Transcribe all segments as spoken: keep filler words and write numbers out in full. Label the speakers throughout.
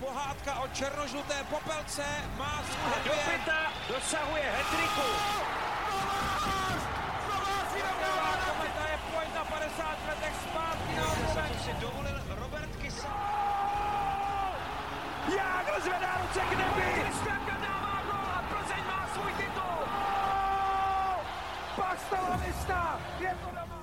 Speaker 1: pohádka o černožluté popelce má svůj happy end.
Speaker 2: Dopita dosahuje hat-tricku.
Speaker 1: Kometa je pojď na padesát letech zpátky na oblomek.
Speaker 2: To si dovolil Robert Kysa.
Speaker 1: Jágr zvedá ruce k nebi.
Speaker 2: Kristianka dává gól a Plzeň má svůj titul.
Speaker 1: Basta la vista, je to doma.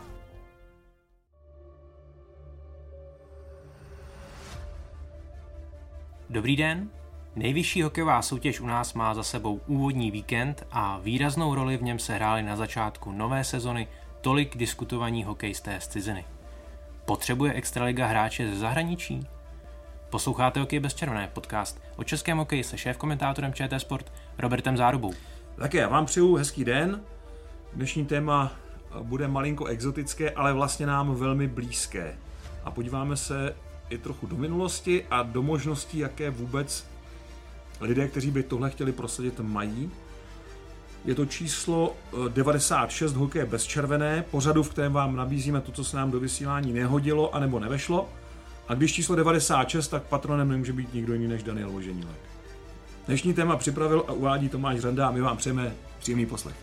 Speaker 3: Dobrý den. Nejvyšší hokejová soutěž u nás má za sebou úvodní víkend a výraznou roli v něm sehráli na začátku nové sezony tolik diskutovaní hokejisté z ciziny. Potřebuje extraliga hráče ze zahraničí? Posloucháte Hokej bez červené, podcast o českém hokeji se šéfkomentátorem ČT Sport Robertem Zárubou.
Speaker 4: Tak já vám přeju hezký den. Dnešní téma bude malinko exotické, ale vlastně nám velmi blízké. A podíváme se i trochu do minulosti a do možností, jaké vůbec lidé, kteří by tohle chtěli prosadit, mají. Je to číslo devadesát šest Hokeje bez červené, pořadu, v kterém vám nabízíme to, co se nám do vysílání nehodilo anebo nevešlo. A když číslo devadesát šest, tak patronem nemůže být nikdo jiný než Daniel Voženílek. Dnešní téma připravil a uvádí Tomáš Randa a my vám přejeme příjemný poslech.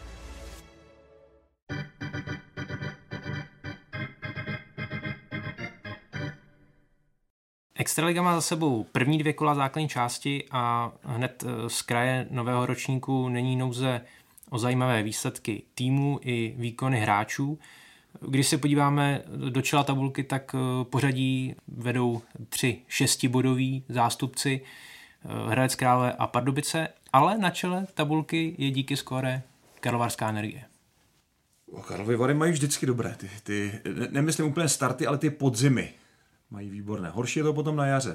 Speaker 3: Extraliga má za sebou první dvě kola základní části a hned z kraje nového ročníku není nouze o zajímavé výsledky týmů i výkony hráčů. Když se podíváme do čela tabulky, tak pořadí vedou tři šestibodoví zástupci Hradec Králové a Pardubice, ale na čele tabulky je díky skóre Karlovarská Energie.
Speaker 4: Karlovy Vary mají vždycky dobré, ty, ty, nemyslím úplně starty, ale ty podzimy mají výborné. Horší je to potom na jaře.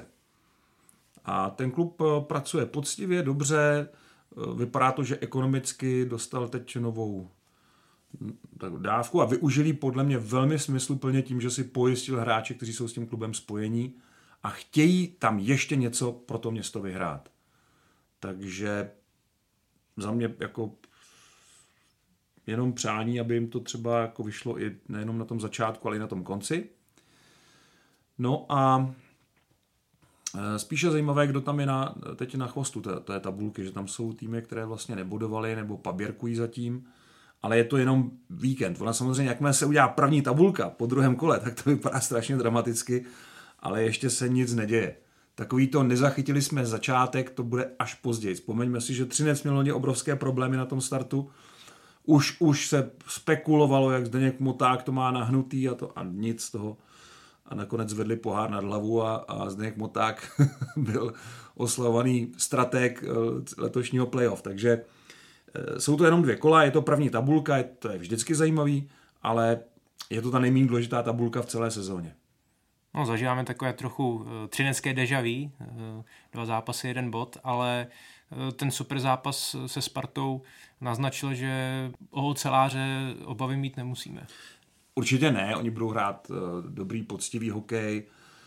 Speaker 4: A ten klub pracuje poctivě, dobře, vypadá to, že ekonomicky dostal teď novou dávku a využili podle mě velmi smysluplně tím, že si pojistil hráče, kteří jsou s tím klubem spojení a chtějí tam ještě něco pro to město vyhrát. Takže za mě jako jenom přání, aby jim to třeba jako vyšlo i nejenom na tom začátku, ale i na tom konci. No a spíše zajímavé, kdo tam je na, teď na chvostu té, té tabulky, že tam jsou týmy, které vlastně nebodovaly nebo paběrkují zatím, ale je to jenom víkend. Ona samozřejmě, jakmile se udělá první tabulka po druhém kole, tak to vypadá strašně dramaticky, ale ještě se nic neděje. Takový to nezachytili jsme začátek, to bude až později. Vzpomeňme si, že Třinec měl hodně obrovské problémy na tom startu. Už, už se spekulovalo, jak Zdeněk Moták to má nahnutý a, to, a nic z toho. A nakonec zvedli pohár nad hlavu a, a Zdeněk Moták byl oslavovaný stratég letošního playoff. Takže jsou to jenom dvě kola, je to první tabulka, je, to je vždycky zajímavý, ale je to ta nejméně důležitá tabulka v celé sezóně.
Speaker 3: No, zažíváme takové trochu uh, třinecké déjà vu, uh, dva zápasy, jeden bod, ale uh, ten super zápas se Spartou naznačil, že o oceláře obavy mít nemusíme.
Speaker 4: Určitě ne, oni budou hrát uh, dobrý, poctivý hokej.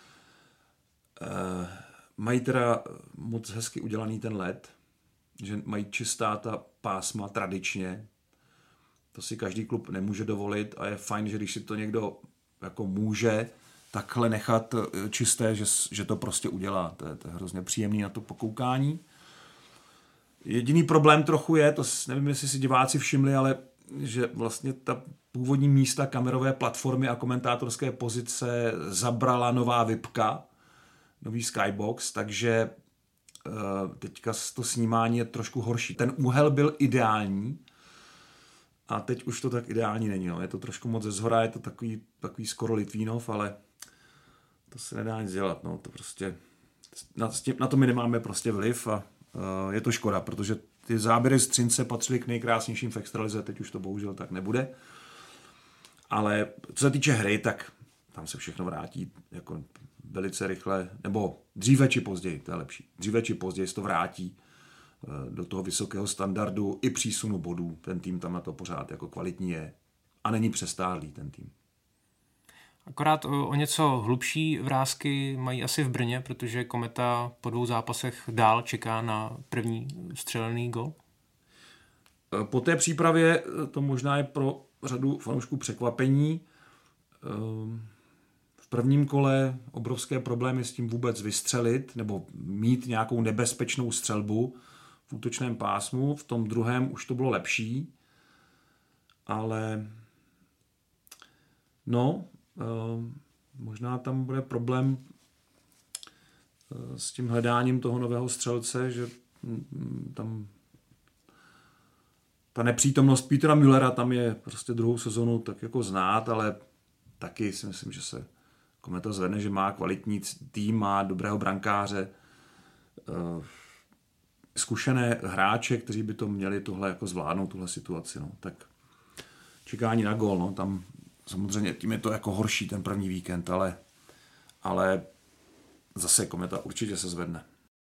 Speaker 4: Uh, mají teda moc hezky udělaný ten led, že mají čistá ta pásma tradičně. To si každý klub nemůže dovolit a je fajn, že když si to někdo jako může takhle nechat čisté, že, že to prostě udělá. To je, to je hrozně příjemný na to pokoukání. Jediný problém trochu je, to nevím, jestli si diváci všimli, ale že vlastně ta původní místa kamerové platformy a komentátorské pozice zabrala nová vipka, nový skybox, takže teďka to snímání je trošku horší. Ten úhel byl ideální a teď už to tak ideální není. No. Je to trošku moc ze zhora, je to takový, takový skoro Litvínov, ale to se nedá nic dělat. No. To prostě, na, na to my nemáme prostě vliv a uh, je to škoda, protože ty záběry z Třince patřily k nejkrásnějším v extralize, teď už to bohužel tak nebude. Ale co se týče hry, tak tam se všechno vrátí jako velice rychle, nebo dříve či později, to je lepší. Dříve či později se to vrátí do toho vysokého standardu i přísunu bodů. Ten tým tam na to pořád jako kvalitní je. A není přestárlý ten tým.
Speaker 3: Akorát o, o něco hlubší vrásky mají asi v Brně, protože Kometa po dvou zápasech dál čeká na první střelený gol.
Speaker 4: Po té přípravě to možná je pro řadu fanoušků překvapení. V prvním kole obrovské problémy s tím vůbec vystřelit nebo mít nějakou nebezpečnou střelbu v útočném pásmu. V tom druhém už to bylo lepší, ale no, možná tam bude problém s tím hledáním toho nového střelce, že tam ta nepřítomnost Petera Müllera tam je prostě druhou sezonu tak jako znát, ale taky si myslím, že se Kometa zvedne, že má kvalitní tým, má dobrého brankáře, zkušené hráče, kteří by to měli tohle jako zvládnout, tuhle situaci. No. Tak čekání na gól, no. Tam samozřejmě tím je to jako horší ten první víkend, ale, ale zase Kometa určitě se zvedne.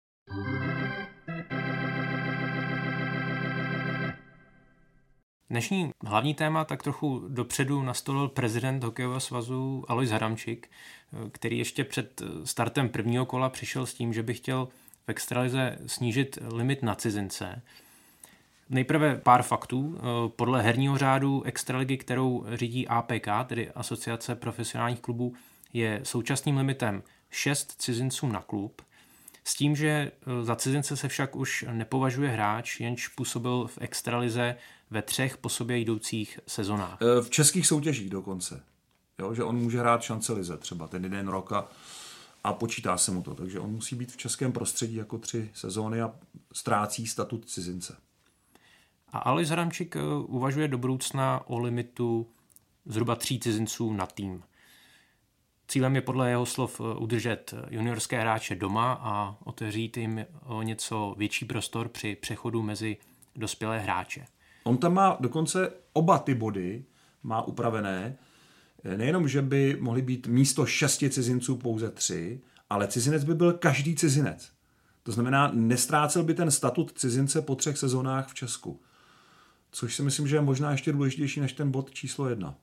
Speaker 3: Dnešní hlavní téma tak trochu dopředu nastolil prezident hokejového svazu Alojz Hadamčík, který ještě před startem prvního kola přišel s tím, že by chtěl v extralize snížit limit na cizince. Nejprve pár faktů. Podle herního řádu extraligy, kterou řídí A P K, tedy Asociace profesionálních klubů, je současným limitem šest cizinců na klub, s tím, že za cizince se však už nepovažuje hráč, jenž působil v extralize ve třech po sobě jdoucích sezonách.
Speaker 4: V českých soutěžích dokonce. Jo, že on může hrát šancelize třeba ten jeden rok a, a počítá se mu to. Takže on musí být v českém prostředí jako tři sezóny a ztrácí statut cizince.
Speaker 3: A Alojz Hadamčík uvažuje do budoucna o limitu zhruba tří cizinců na tým. Cílem je podle jeho slov udržet juniorské hráče doma a otevřít jim o něco větší prostor při přechodu mezi dospělé hráče.
Speaker 4: On tam má dokonce oba ty body, má upravené. Nejenom, že by mohly být místo šesti cizinců pouze tři, ale cizinec by byl každý cizinec. To znamená, nestrácel by ten statut cizince po třech sezónách v Česku. Což si myslím, že je možná ještě důležitější než ten bod číslo jedna.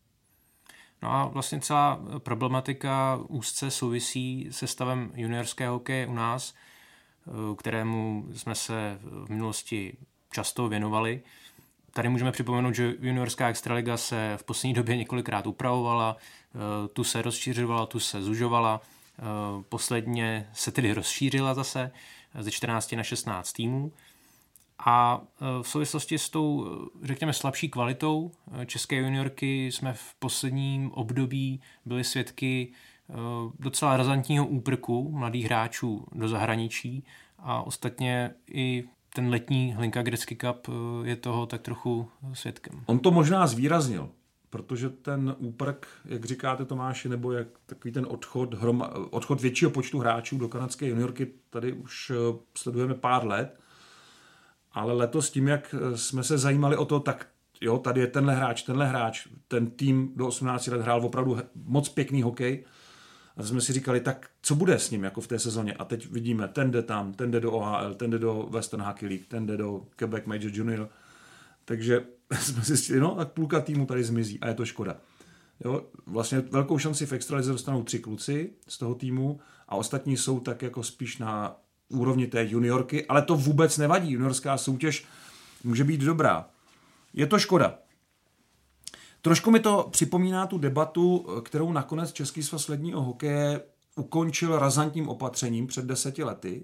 Speaker 3: No a vlastně celá problematika úzce souvisí se stavem juniorského hokeje u nás, kterému jsme se v minulosti často věnovali. Tady můžeme připomenout, že juniorská extraliga se v poslední době několikrát upravovala, tu se rozšířovala, tu se zužovala, posledně se tedy rozšířila zase ze čtrnácti na šestnáct týmů. A v souvislosti s tou, řekněme, slabší kvalitou české juniorky jsme v posledním období byli svědky docela razantního úprku mladých hráčů do zahraničí a ostatně i ten letní Hlinka Gretzky Cup je toho tak trochu svědkem.
Speaker 4: On to možná zvýraznil, protože ten úprk, jak říkáte Tomáši, nebo jak takový ten odchod, hroma, odchod většího počtu hráčů do kanadské juniorky tady už sledujeme pár let. Ale letos tím, jak jsme se zajímali o to, tak jo, tady je tenhle hráč, tenhle hráč, ten tým do osmnácti let hrál opravdu moc pěkný hokej. A jsme si říkali, tak co bude s ním jako v té sezóně? A teď vidíme, ten jde tam, ten jde do O H L, ten jde do Western Hockey League, ten jde do Quebec Major Junior. Takže jsme si říkali, no tak půlka týmu tady zmizí a je to škoda. Jo, vlastně velkou šanci v extralize dostanou tři kluci z toho týmu a ostatní jsou tak jako spíš na úrovni té juniorky, ale to vůbec nevadí. Juniorská soutěž může být dobrá. Je to škoda. Trošku mi to připomíná tu debatu, kterou nakonec Český svaz ledního hokeje ukončil razantním opatřením před deseti lety,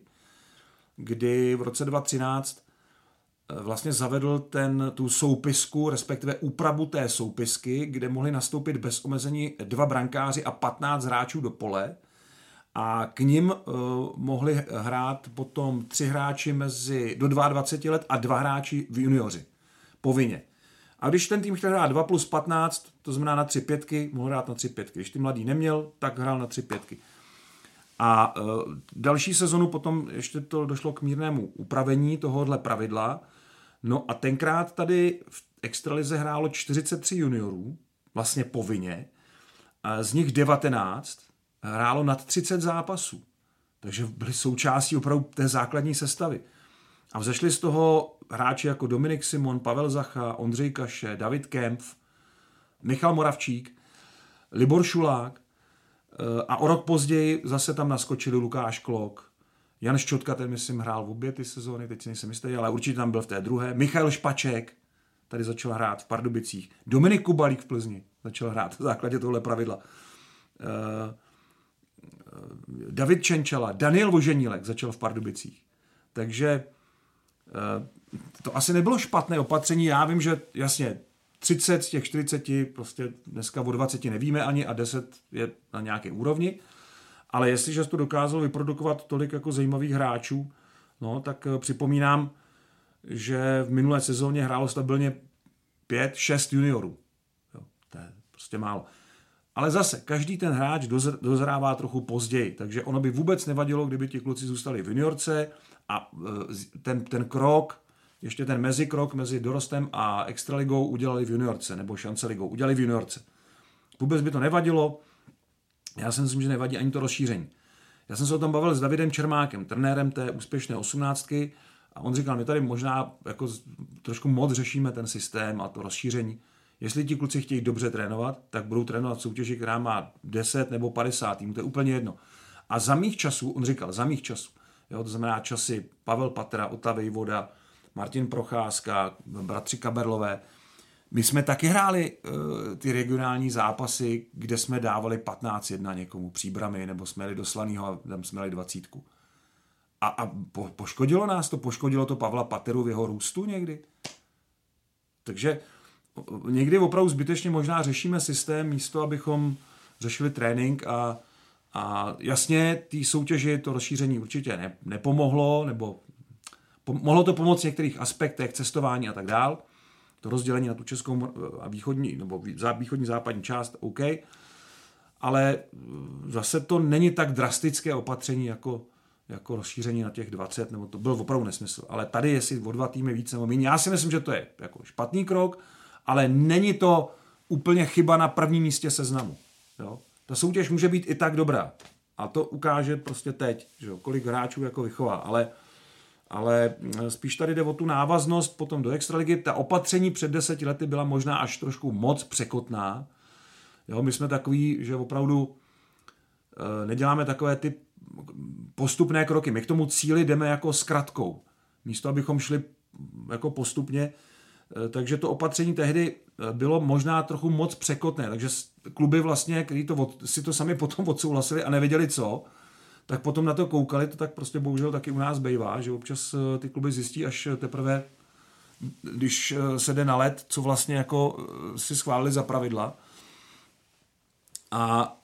Speaker 4: kdy v roce dva tisíce třináct vlastně zavedl ten, tu soupisku, respektive úpravu té soupisky, kde mohli nastoupit bez omezení dva brankáři a patnáct hráčů do pole, a k nim uh, mohli hrát potom tři hráči mezi do dvaceti dvou let a dva hráči v junioři. Povinně. A když ten tým chtěl hrát dva plus patnáct, to znamená na tři pětky, mohl hrát na tři pětky. Když ty mladý neměl, tak hrál na tři pětky. A uh, další sezonu potom ještě to došlo k mírnému upravení tohohle pravidla. No a tenkrát tady v extralize hrálo čtyřicet tři juniorů, vlastně povinně, a z nich devatenáct hrálo nad třicet zápasů. Takže byli součástí opravdu té základní sestavy. A vzešli z toho hráči jako Dominik Simon, Pavel Zacha, Ondřej Kaše, David Kempf, Michal Moravčík, Libor Šulák a o rok později zase tam naskočili Lukáš Klok. Jan Ščotka, ten myslím hrál v obě ty sezóny, teď si nejsem jistý, ale určitě tam byl v té druhé. Michal Špaček tady začal hrát v Pardubicích. Dominik Kubalík v Plzni začal hrát v základě tohle pravidla. David Čenčala, Daniel Voženílek začal v Pardubicích. Takže to asi nebylo špatné opatření. Já vím, že jasně třicet z těch čtyřiceti, prostě dneska o dvaceti nevíme ani a deset je na nějaké úrovni, ale jestliže to dokázalo vyprodukovat tolik jako zajímavých hráčů, no, tak připomínám, že v minulé sezóně hrálo stabilně pět, šest juniorů. Jo, to je prostě málo. Ale zase, každý ten hráč dozrává trochu později, takže ono by vůbec nevadilo, kdyby ti kluci zůstali v juniorce a ten, ten krok, ještě ten mezikrok mezi dorostem a extraligou udělali v juniorce, nebo šanceligou, udělali v juniorce. Vůbec by to nevadilo, já si myslím, že nevadí ani to rozšíření. Já jsem se o tom bavil s Davidem Čermákem, trenérem té úspěšné osmnáctky, a on říkal, my tady možná jako trošku moc řešíme ten systém a to rozšíření. Jestli ti kluci chtějí dobře trénovat, tak budou trénovat v soutěži, která má deset nebo padesát týmů, to je úplně jedno. A za mých časů, on říkal, za mých časů, jo, to znamená časy Pavel Patera, Ota Vejvoda, Martin Procházka, bratři Kaberlové, my jsme taky hráli uh, ty regionální zápasy, kde jsme dávali patnáct jedna někomu Příbrami, nebo jsme jeli do Slaného a tam jsme jeli dvacítku. A, a po, poškodilo nás to? Poškodilo to Pavla Pateru v jeho růstu někdy? Takže někdy opravdu zbytečně možná řešíme systém místo, abychom řešili trénink a, a jasně té soutěži to rozšíření určitě ne, nepomohlo, nebo po, mohlo to pomoct v některých aspektech cestování a tak dál. To rozdělení na tu českou a východní, nebo východní západní část, OK, ale zase to není tak drastické opatření jako jako rozšíření na těch dvacet, nebo to byl opravdu nesmysl. Ale tady, jestli o dva týmy víc nebo méně, já si myslím, že to je jako špatný krok, ale není to úplně chyba na prvním místě seznamu. Jo? Ta soutěž může být i tak dobrá. A to ukáže prostě teď, že jo? Kolik hráčů jako vychová. Ale, ale spíš tady jde o tu návaznost potom do extraligy. Ta opatření před deseti lety byla možná až trošku moc překotná. Jo? My jsme takový, že opravdu e, neděláme takové ty postupné kroky. My k tomu cíli jdeme jako s kratkou. Místo, abychom šli jako postupně. Takže to opatření tehdy bylo možná trochu moc překotné. Takže kluby vlastně, kteří to od, si to sami potom odsouhlasili a nevěděli co, tak potom na to koukali. To tak prostě bohužel taky u nás bývá, že občas ty kluby zjistí až teprve, když se jde na led, co vlastně jako si schválili za pravidla. A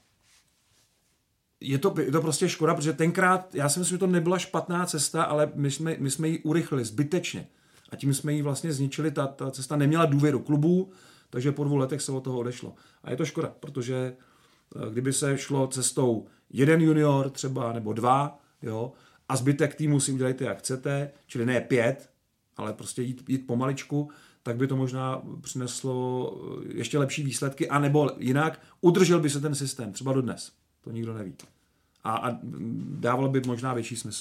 Speaker 4: Je to, je to prostě škoda, protože tenkrát, já si myslím, že to nebyla špatná cesta, ale my jsme, my jsme ji urychlili zbytečně. A tím jsme ji vlastně zničili, ta, ta cesta neměla důvěru klubů, takže po dvou letech se od toho odešlo. A je to škoda, protože kdyby se šlo cestou jeden junior třeba, nebo dva, jo, a zbytek týmu si udělejte jak chcete, čili ne pět, ale prostě jít, jít pomaličku, tak by to možná přineslo ještě lepší výsledky, anebo jinak udržel by se ten systém, třeba dodnes. To nikdo neví. A, a dávalo by možná větší smysl.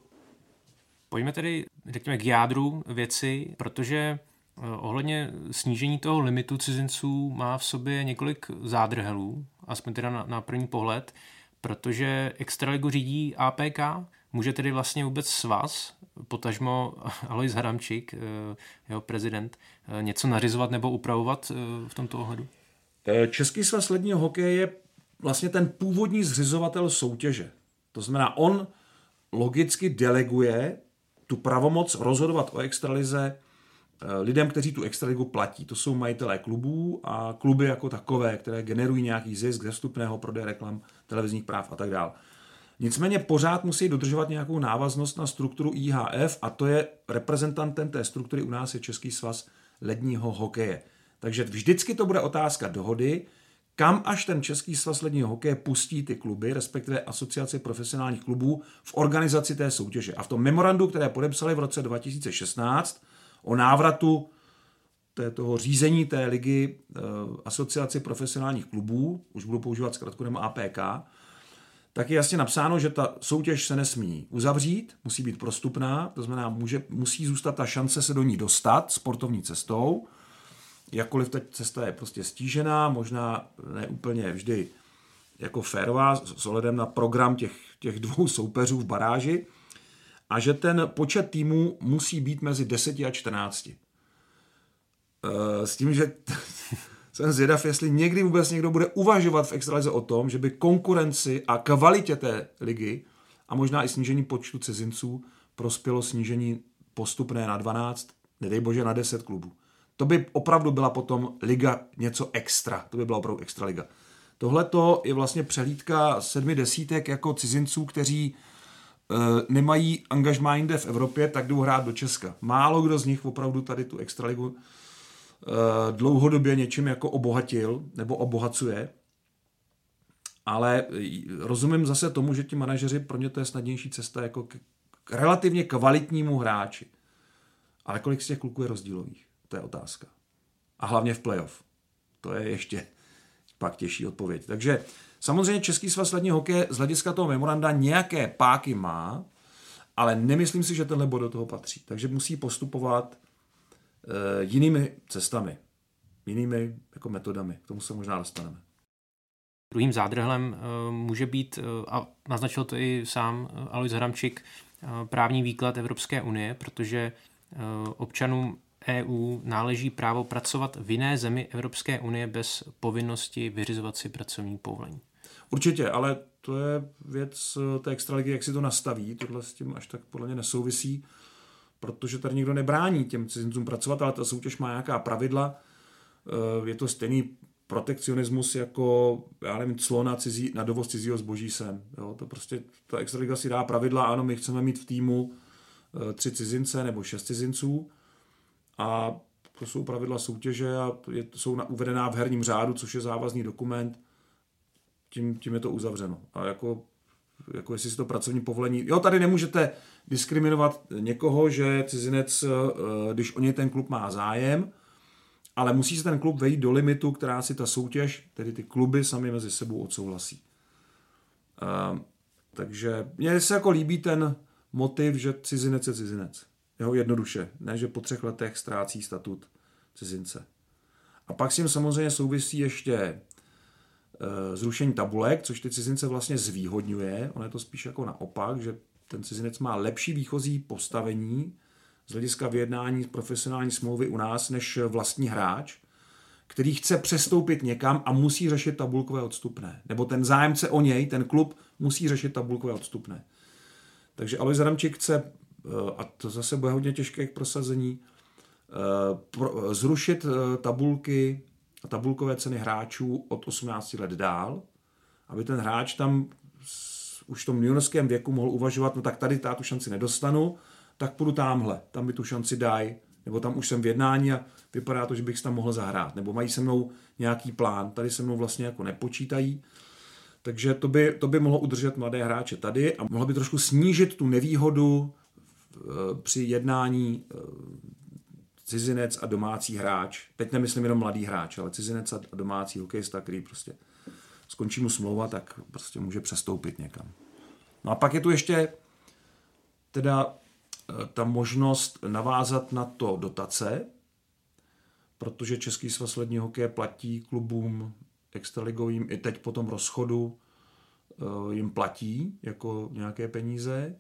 Speaker 3: Pojďme tedy, řekněme, k jádru věci, protože ohledně snížení toho limitu cizinců má v sobě několik zádrhelů, aspoň teda na, na první pohled, protože extraligu řídí A P K, může tedy vlastně vůbec svaz, potažmo Alois Hadamčík, jeho prezident, něco nařizovat nebo upravovat v tomto ohledu?
Speaker 4: Český svaz ledního hokeje je vlastně ten původní zřizovatel soutěže. To znamená, on logicky deleguje tu pravomoc rozhodovat o extralize lidem, kteří tu extraligu platí. To jsou majitelé klubů a kluby jako takové, které generují nějaký zisk ze vstupného, prodeje reklam, televizních práv a tak dále. Nicméně pořád musí dodržovat nějakou návaznost na strukturu I H F a to je reprezentantem té struktury u nás je Český svaz ledního hokeje. Takže vždycky to bude otázka dohody, kam až ten Český svaz ledního hokeje pustí ty kluby, respektive asociace profesionálních klubů v organizaci té soutěže. A v tom memorandu, které podepsali v roce dva tisíce šestnáct o návratu té, toho řízení té ligy e, asociace profesionálních klubů, už budu používat zkrátku A P K, tak je jasně napsáno, že ta soutěž se nesmí uzavřít, musí být prostupná, to znamená, může, musí zůstat ta šance se do ní dostat sportovní cestou, jakkoliv ta cesta je prostě stížená, možná ne úplně vždy jako férová s ohledem na program těch, těch dvou soupeřů v baráži a že ten počet týmů musí být mezi deseti a čtrnácti. S tím, že jsem zvědav, jestli někdy vůbec někdo bude uvažovat v extralize o tom, že by konkurenci a kvalitě té ligy a možná i snížení počtu cizinců prospělo snížení postupné na dvanáct, nedej bože na deset klubů. To by opravdu byla potom liga něco extra. To by byla opravdu extra liga. Tohleto je vlastně přehlídka sedmi desítek jako cizinců, kteří e, nemají angažmá jinde v Evropě, tak jdou hrát do Česka. Málo kdo z nich opravdu tady tu extraligu e, dlouhodobě něčím jako obohatil nebo obohacuje. Ale rozumím zase tomu, že ti manažeři, pro ně to je snadnější cesta jako k, k relativně kvalitnímu hráči. Ale kolik z těch kluků je rozdílových? To je otázka. A hlavně v playoff. To je ještě pak těžší odpověď. Takže samozřejmě Český svaz ledního hokeje z hlediska toho memoranda nějaké páky má, ale nemyslím si, že tenhle bod do toho patří. Takže musí postupovat e, jinými cestami, jinými jako metodami. K tomu se možná dostaneme.
Speaker 3: Druhým zádrhelem e, může být, e, a naznačil to i sám Alois Hramčík, e, právní výklad Evropské unie, protože e, občanům E U náleží právo pracovat v jiné zemi Evropské unie bez povinnosti vyřizovat si pracovní povolení.
Speaker 4: Určitě, ale to je věc té extraligy, jak si to nastaví. Tohle s tím až tak podle mě nesouvisí, protože tady nikdo nebrání těm cizincům pracovat, ale ta soutěž má nějaká pravidla. Je to stejný protekcionismus jako, já nevím, clo na, cizí, na dovoz cizího zboží sem. Jo, to prostě, ta extraliga si dá pravidla, ano, my chceme mít v týmu tři cizince nebo šest cizinců, a to jsou pravidla soutěže a je, jsou na, uvedená v herním řádu, což je závazný dokument. Tím, tím je to uzavřeno. A jako, jako jestli si to pracovní povolení... Jo, tady nemůžete diskriminovat někoho, že cizinec, když o něj ten klub má zájem, ale musí se ten klub vejít do limitu, která si ta soutěž, tedy ty kluby sami mezi sebou odsouhlasí. A, takže mně se jako líbí ten motiv, že cizinec je cizinec. Jo, jednoduše, ne, že po třech letech ztrácí statut cizince. A pak s tím samozřejmě souvisí ještě e, zrušení tabulek, což ty cizince vlastně zvýhodňuje. Ono je to spíš jako naopak, že ten cizinec má lepší výchozí postavení z hlediska vyjednání profesionální smlouvy u nás než vlastní hráč, který chce přestoupit někam a musí řešit tabulkové odstupné. Nebo ten zájemce o něj, ten klub, musí řešit tabulkové odstupné. Takže Alois Hramčík chce, a to zase bude hodně těžké k prosazení, zrušit tabulky a tabulkové ceny hráčů od osmnácti let dál, aby ten hráč tam už v tom juniorském věku mohl uvažovat, no tak tady já tu šanci nedostanu, tak půjdu támhle, tam mi tu šanci dají, nebo tam už jsem v jednání a vypadá to, že bych si tam mohl zahrát, nebo mají se mnou nějaký plán, tady se mnou vlastně jako nepočítají. Takže to by, to by mohlo udržet mladé hráče tady a mohlo by trošku snížit tu nevýhodu při jednání cizinec a domácí hráč. Teď nemyslím jenom mladý hráč, ale cizinec a domácí hokejista, který prostě skončí mu smlouva, tak prostě může přestoupit někam. No a pak je tu ještě teda ta možnost navázat na to dotace, protože Český svaz ledního hokeje platí klubům extraligovým i teď po tom rozchodu jim platí jako nějaké peníze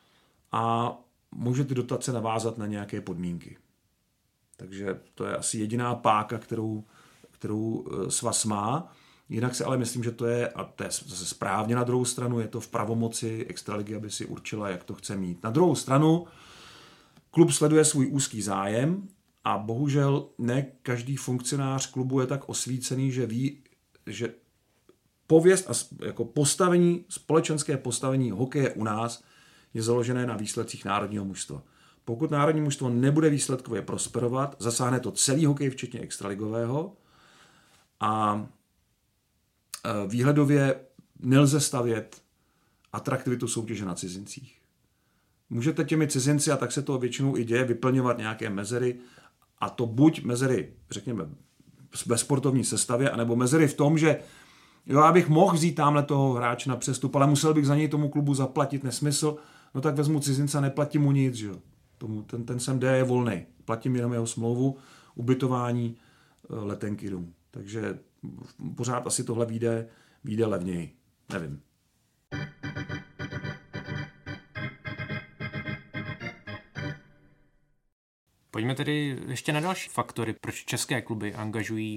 Speaker 4: a může ty dotace navázat na nějaké podmínky. Takže to je asi jediná páka, kterou, kterou svaz má. Jinak se ale myslím, že to je, a to je zase správně na druhou stranu, je to v pravomoci extraligy, aby si určila, jak to chce mít. Na druhou stranu klub sleduje svůj úzký zájem a bohužel ne každý funkcionář klubu je tak osvícený, že ví, že pověst a jako postavení, společenské postavení hokeje u nás je založené na výsledcích národního mužstva. Pokud národní mužstvo nebude výsledkově prosperovat, zasáhne to celý hokej, včetně extraligového, a výhledově nelze stavět atraktivitu soutěže na cizincích. Můžete těmi cizinci, a tak se to většinou i děje, vyplňovat nějaké mezery, a to buď mezery, řekněme, ve sportovní sestavě, anebo mezery v tom, že jo, já bych mohl vzít tamhle toho hráče na přestup, ale musel bych za něj tomu klubu zaplatit nesmysl, no tak vezmu cizince a neplatím mu nic, že jo. Tomu, ten, ten sem jde, je volnej. Platím jenom jeho smlouvu, ubytování, letenky domů. Takže pořád asi tohle vyjde, vyjde levněji. Nevím.
Speaker 3: Pojďme tedy ještě na další faktory, proč české kluby angažují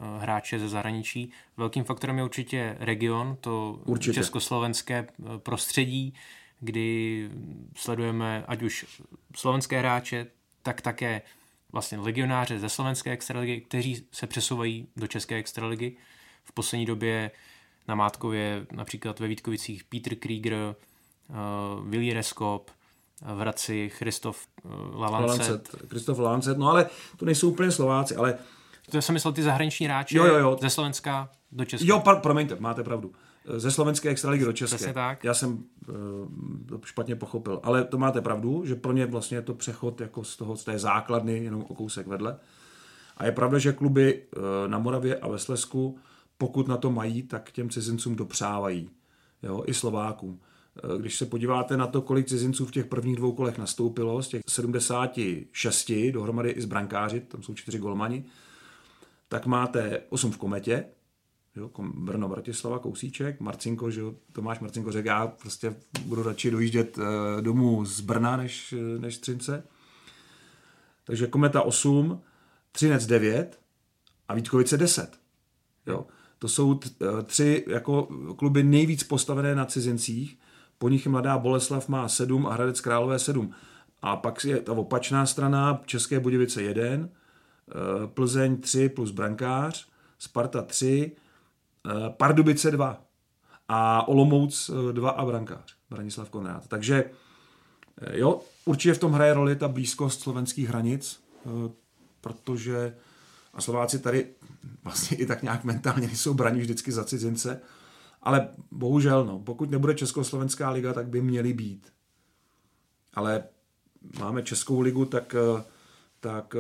Speaker 3: hráče ze zahraničí. Velkým faktorem je určitě region, to
Speaker 4: určitě.
Speaker 3: Československé prostředí, kdy sledujeme ať už slovenské hráče, tak také vlastně legionáře ze slovenské extraligy, kteří se přesouvají do české extraligy. V poslední době na Mátkově například ve Vítkovicích Petr Krieger, uh, Willi Reskop, v Hradci Christoph uh, Lalancet.
Speaker 4: Christoph Lalancet, no ale to nejsou úplně Slováci, ale...
Speaker 3: To jsem myslel ty zahraniční hráče
Speaker 4: jo, jo, jo.
Speaker 3: ze Slovenska do Česka.
Speaker 4: Jo, par, promiňte, máte pravdu. Ze slovenské extraligy do české.
Speaker 3: Přesně tak.
Speaker 4: Já jsem uh, to špatně pochopil, ale to máte pravdu, že pro ně vlastně je to přechod jako z toho, z té základny, jenom o kousek vedle. A je pravda, že kluby uh, na Moravě a ve Slezsku, pokud na to mají, tak těm cizincům dopřávají. Jo, i Slovákům. Uh, když se podíváte na to, kolik cizinců v těch prvních dvou kolech nastoupilo, z těch sedmdesát šest dohromady i z brankáři, tam jsou čtyři golmani, tak máte osm v Kometě, jo, Brno, Bratislava, Kousíček, Marcinko, že jo, Tomáš Marcinko řekl, já prostě budu radši dojíždět e, domů z Brna než, než Třince. Takže Kometa osm, Třinec devět a Vítkovice deset. Jo. To jsou t, tři jako kluby nejvíc postavené na cizincích, po nich Mladá Boleslav má sedm a Hradec Králové sedm. A pak je ta opačná strana, České Budějovice jedna, e, Plzeň tři plus brankář, Sparta tři, Pardubice dva a Olomouc dva a brankář, Branislav Konrád. Takže jo, určitě v tom hraje roli ta blízkost slovenských hranic, protože a Slováci tady vlastně i tak nějak mentálně nejsou braní vždycky za cizince, ale bohužel, no, pokud nebude Československá liga, tak by měli být. Ale máme Českou ligu, tak, tak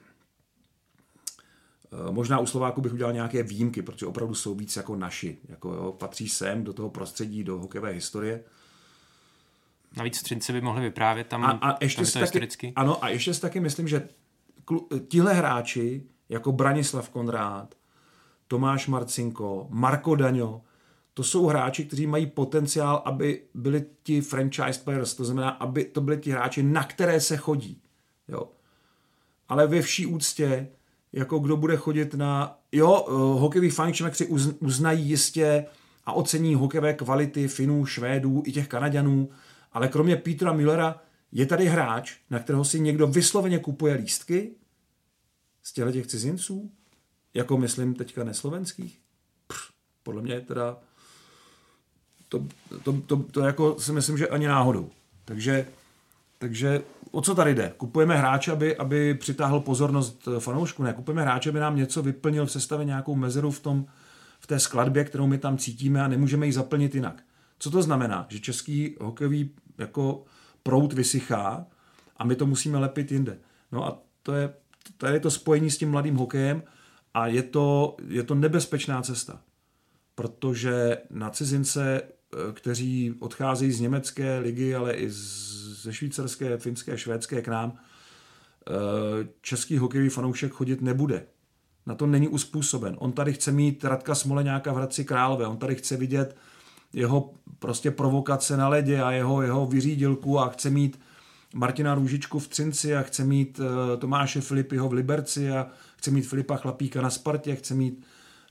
Speaker 4: možná u Slováků bych udělal nějaké výjimky, protože opravdu jsou víc jako naši. Jako, jo, patří sem do toho prostředí, do hokejové historie.
Speaker 3: Navíc Třinci by mohli vyprávět, tam,
Speaker 4: a, a ještě
Speaker 3: tam je to
Speaker 4: taky,
Speaker 3: historicky.
Speaker 4: Ano, a ještě si taky myslím, že klu, tihle hráči, jako Branislav Konrád, Tomáš Marcinko, Marko Daňo, to jsou hráči, kteří mají potenciál, aby byli ti franchise players, to znamená, aby to byli ti hráči, na které se chodí. Jo. Ale ve vší úctě, jako kdo bude chodit na... Jo, hokejoví fanoušci uznají jistě a ocení hokejové kvality Finů, Švédů i těch Kanaďanů, ale kromě Petra Müllera je tady hráč, na kterého si někdo vysloveně kupuje lístky z těchto těch cizinců, jako myslím teďka neslovenských. Pff, podle mě teda to, to, to, to jako si myslím, že ani náhodou. Takže Takže o co tady jde? Kupujeme hráče, aby, aby přitáhl pozornost fanoušků, ne? Kupujeme hráče, aby nám něco vyplnil v sestavě, nějakou mezeru v, tom, v té skladbě, kterou my tam cítíme a nemůžeme ji zaplnit jinak. Co to znamená? Že český hokejový jako proud vysychá a my to musíme lepit jinde. No a to je, to je to spojení s tím mladým hokejem a je to, je to nebezpečná cesta. Protože na cizince, kteří odcházejí z německé ligy, ale i ze švýcarské, finské, švédské k nám, český hokejový fanoušek chodit nebude. Na to není uspůsoben. On tady chce mít Radka Smoleňáka v Hradci Králové, on tady chce vidět jeho prostě provokace na ledě a jeho, jeho vyřídilku a chce mít Martina Růžičku v Třinci a chce mít Tomáše Filipyho v Liberci a chce mít Filipa Chlapíka na Spartě, chce mít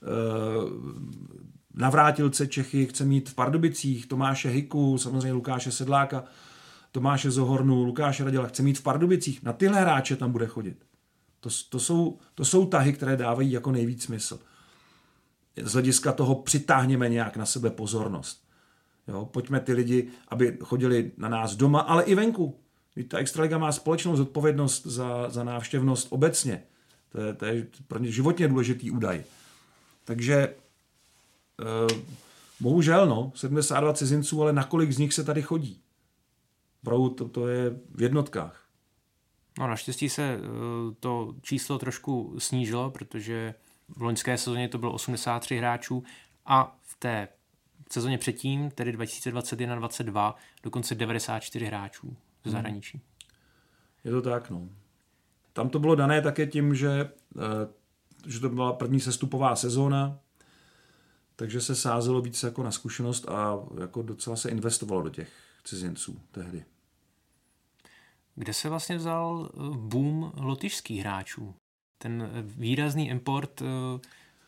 Speaker 4: Navrátilce Čechy, chce mít v Pardubicích Tomáše Hiku, samozřejmě Lukáše Sedláka, Tomáše Zohornu, Lukáše Raděla, chce mít v Pardubicích. Na tyhle hráče tam bude chodit. To, to, jsou, to jsou tahy, které dávají jako nejvíc smysl. Z hlediska toho přitáhněme nějak na sebe pozornost. Jo, pojďme ty lidi, aby chodili na nás doma, ale i venku. Ta Extraliga má společnou zodpovědnost za, za návštěvnost obecně. To je, to je pro ně životně důležitý údaj. Takže eh, bohužel, no, sedmdesát dva cizinců, ale na kolik z nich se tady chodí? Opravdu to, to je v jednotkách.
Speaker 3: No, naštěstí se to číslo trošku snížilo, protože v loňské sezóně to bylo osmdesát tři hráčů a v té sezóně předtím, tedy dva tisíce dvacet jedna dvacet dva, dokonce devadesát čtyři hráčů ze zahraničí.
Speaker 4: Je to tak, no. Tam to bylo dané také tím, že, že to byla první sestupová sezóna, takže se sázelo víc jako na zkušenost a jako docela se investovalo do těch cizinců tehdy.
Speaker 3: Kde se vlastně vzal boom lotyšských hráčů? Ten výrazný import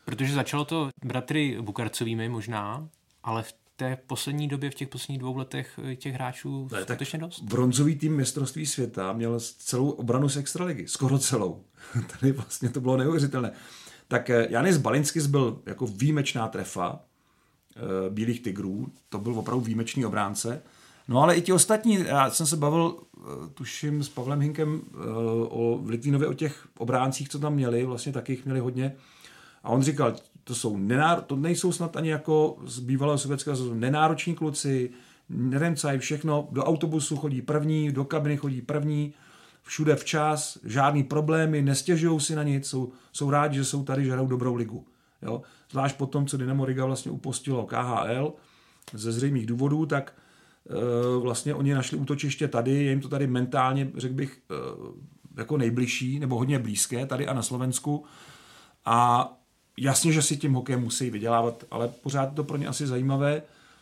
Speaker 3: Protože začalo to bratry Bukarcovými možná, ale v té poslední době, v těch posledních dvou letech těch hráčů
Speaker 4: ne,
Speaker 3: skutečně dost.
Speaker 4: Bronzový tým mistrovství světa měl celou obranu z extraligy, skoro celou. Tady vlastně to bylo neuvěřitelné. Tak Janis Balinskis byl jako výjimečná trefa e, Bílých tigrů, to byl opravdu výjimečný obránce. No ale i ti ostatní, já jsem se bavil, tuším, s Pavlem Hinkem e, o v Litvínově o těch obráncích, co tam měli, vlastně taky jich měli hodně. A on říkal, to jsou nenáro, to nejsou snad ani jako z bývalého sovětského svazu, nenároční kluci, neremcaj, všechno, do autobusu chodí první, do kabiny chodí první, všude včas, žádný problémy, nestěžují si na nic, jsou, jsou rádi, že jsou tady, že hrajou dobrou ligu. Jo? Zvlášť po tom, co Dynamo Riga vlastně upostilo K H L ze zřejmých důvodů, tak e, vlastně oni našli útočiště tady, je jim to tady mentálně, řekl bych, e, jako nejbližší, nebo hodně blízké, tady a na Slovensku. A jasně, že si tím hokejem musí vydělávat, ale pořád to pro ně asi zajímavé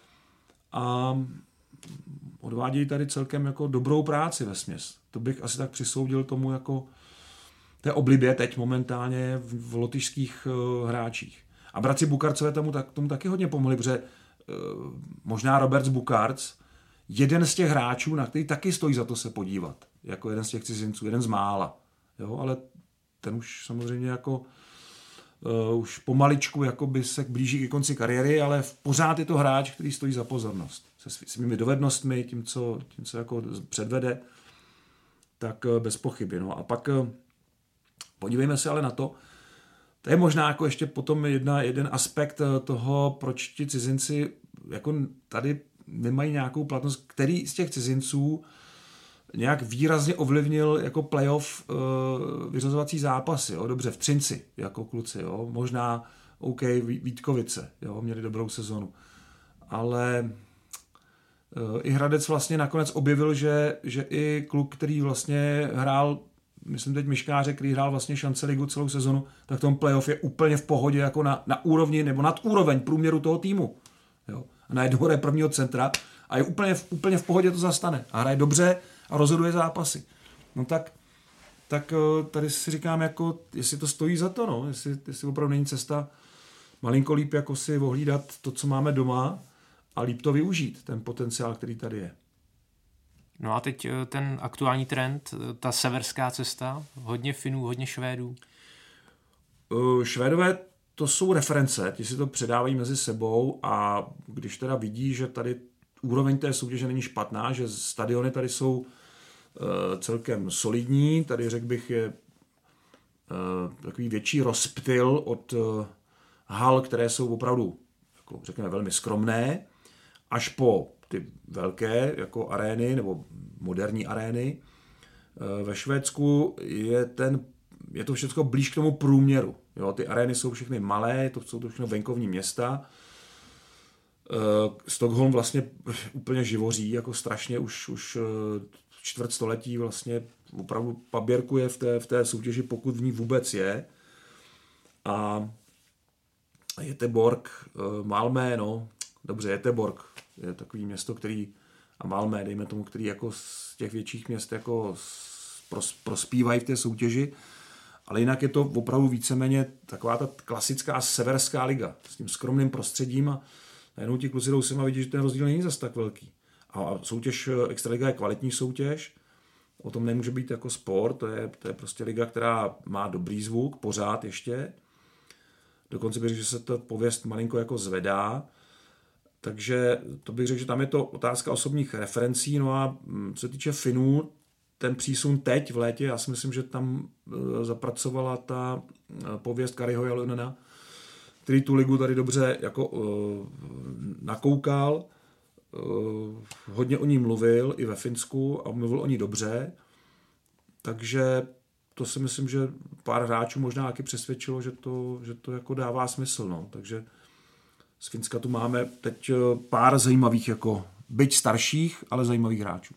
Speaker 4: a odvádějí tady celkem jako dobrou práci vesměs. To bych asi tak přisoudil tomu jako té oblibě teď momentálně v, v lotyšských uh, hráčích. A bratři Bukarcové tomu, tak, tomu taky hodně pomohli, protože uh, možná Robert Bukarc, jeden z těch hráčů, na který taky stojí za to se podívat, jako jeden z těch cizinců, jeden z mála. Jo, ale ten už samozřejmě jako Uh, už pomaličku jakoby se blíží ke konci kariéry, ale v pořád je to hráč, který stojí za pozornost. Se svými dovednostmi, tím, co, tím, co jako předvede, tak uh, bez pochyby. No. A pak uh, podívejme se ale na to, to je možná jako ještě potom jedna, jeden aspekt toho, proč ti cizinci jako tady nemají nějakou platnost, který z těch cizinců nějak výrazně ovlivnil jako playoff uh, vyřazovací zápasy. Jo? Dobře, v Třinci jako kluci. Jo? Možná OK, Vítkovice, jo? Měli dobrou sezonu. Ale uh, i Hradec vlastně nakonec objevil, že, že i kluk, který vlastně hrál, myslím teď Miškáře, který hrál vlastně šance ligu celou sezonu, tak v tom playoff je úplně v pohodě jako na, na úrovni nebo nad úroveň průměru toho týmu. Jo? A najednou hraje prvního centra a je úplně, úplně v pohodě to zastane. A hraje dobře a rozhoduje zápasy. No tak, tak tady si říkám, jako, jestli to stojí za to, no, jestli, jestli opravdu není cesta malinko líp jako si ohlídat to, co máme doma a líp to využít, ten potenciál, který tady je.
Speaker 3: No a teď ten aktuální trend, ta severská cesta, hodně Finů, hodně Švédů.
Speaker 4: Švédové to jsou reference, ti si to předávají mezi sebou a když teda vidí, že tady úroveň té soutěže není špatná, že stadiony tady jsou uh, celkem solidní, tady řekl bych je uh, takový větší rozptyl od uh, hal, které jsou opravdu, jako řekněme, velmi skromné, až po ty velké jako arény nebo moderní arény. Uh, ve Švédsku je, ten, je to všechno blíž k tomu průměru. Jo? Ty arény jsou všechny malé, to jsou to všechno venkovní města. Uh, Stockholm vlastně úplně živoří, jako strašně už, už uh, čtvrt století vlastně opravdu paběrkuje v té, v té soutěži, pokud v ní vůbec je. A Göteborg, uh, Malmö, no, dobře, Göteborg je takový město, který, a Malmö, dejme tomu, který jako z těch větších měst jako pros, prospívají v té soutěži, ale jinak je to opravdu víceméně taková ta klasická severská liga s tím skromným prostředím a najednou ti kluci jdou sem a vidí, že ten rozdíl není zas tak velký. A soutěž extraliga je kvalitní soutěž, o tom nemůže být jako sport, to je, to je prostě liga, která má dobrý zvuk, pořád ještě. Dokonce bych řekl, že se ta pověst malinko jako zvedá. Takže to bych řekl, že tam je to otázka osobních referencí. No a co se týče Finů, ten přísun teď v létě, já si myslím, že tam zapracovala ta pověst Kariho Jalonena, který tu ligu tady dobře jako uh, nakoukal, uh, hodně o ní mluvil i ve Finsku a mluvil o ní dobře, takže to si myslím, že pár hráčů možná taky přesvědčilo, že to, že to jako dává smysl, no. Takže z Finska tu máme teď pár zajímavých, jako byť starších, ale zajímavých hráčů.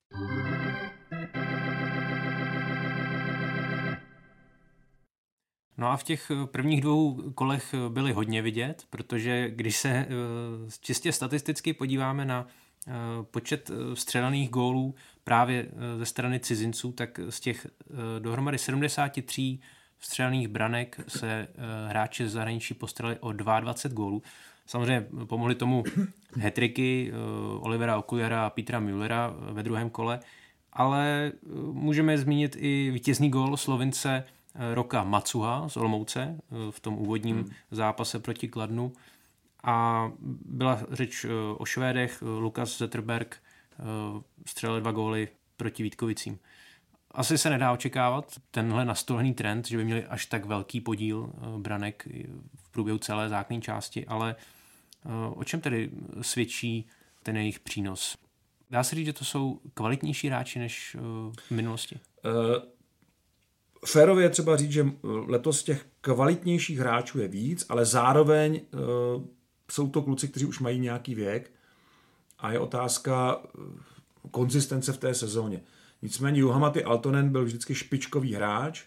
Speaker 3: No a v těch prvních dvou kolech byly hodně vidět, protože když se čistě statisticky podíváme na počet vstřelených gólů právě ze strany cizinců, tak z těch dohromady sedmdesát tři vstřelených branek se hráči z zahraničí postarali o dvacet dva gólů. Samozřejmě pomohli tomu hat-tricky Olivera Okujara a Petra Müllera ve druhém kole, ale můžeme zmínit i vítězný gól Slovince Roka Matsuha z Olomouce v tom úvodním hmm. zápase proti Kladnu. A byla řeč o Švédech, Lukas Zetterberg střelil dva góly proti Vítkovicím. Asi se nedá očekávat tenhle nastolený trend, že by měli až tak velký podíl branek v průběhu celé základní části, ale o čem tedy svědčí ten jejich přínos? Dá se říct, že to jsou kvalitnější hráči než v minulosti? Uh,
Speaker 4: férově je třeba říct, že letos těch kvalitnějších hráčů je víc, ale zároveň uh, jsou to kluci, kteří už mají nějaký věk a je otázka konzistence v té sezóně. Nicméně Juha-Matti Aaltonen byl vždycky špičkový hráč.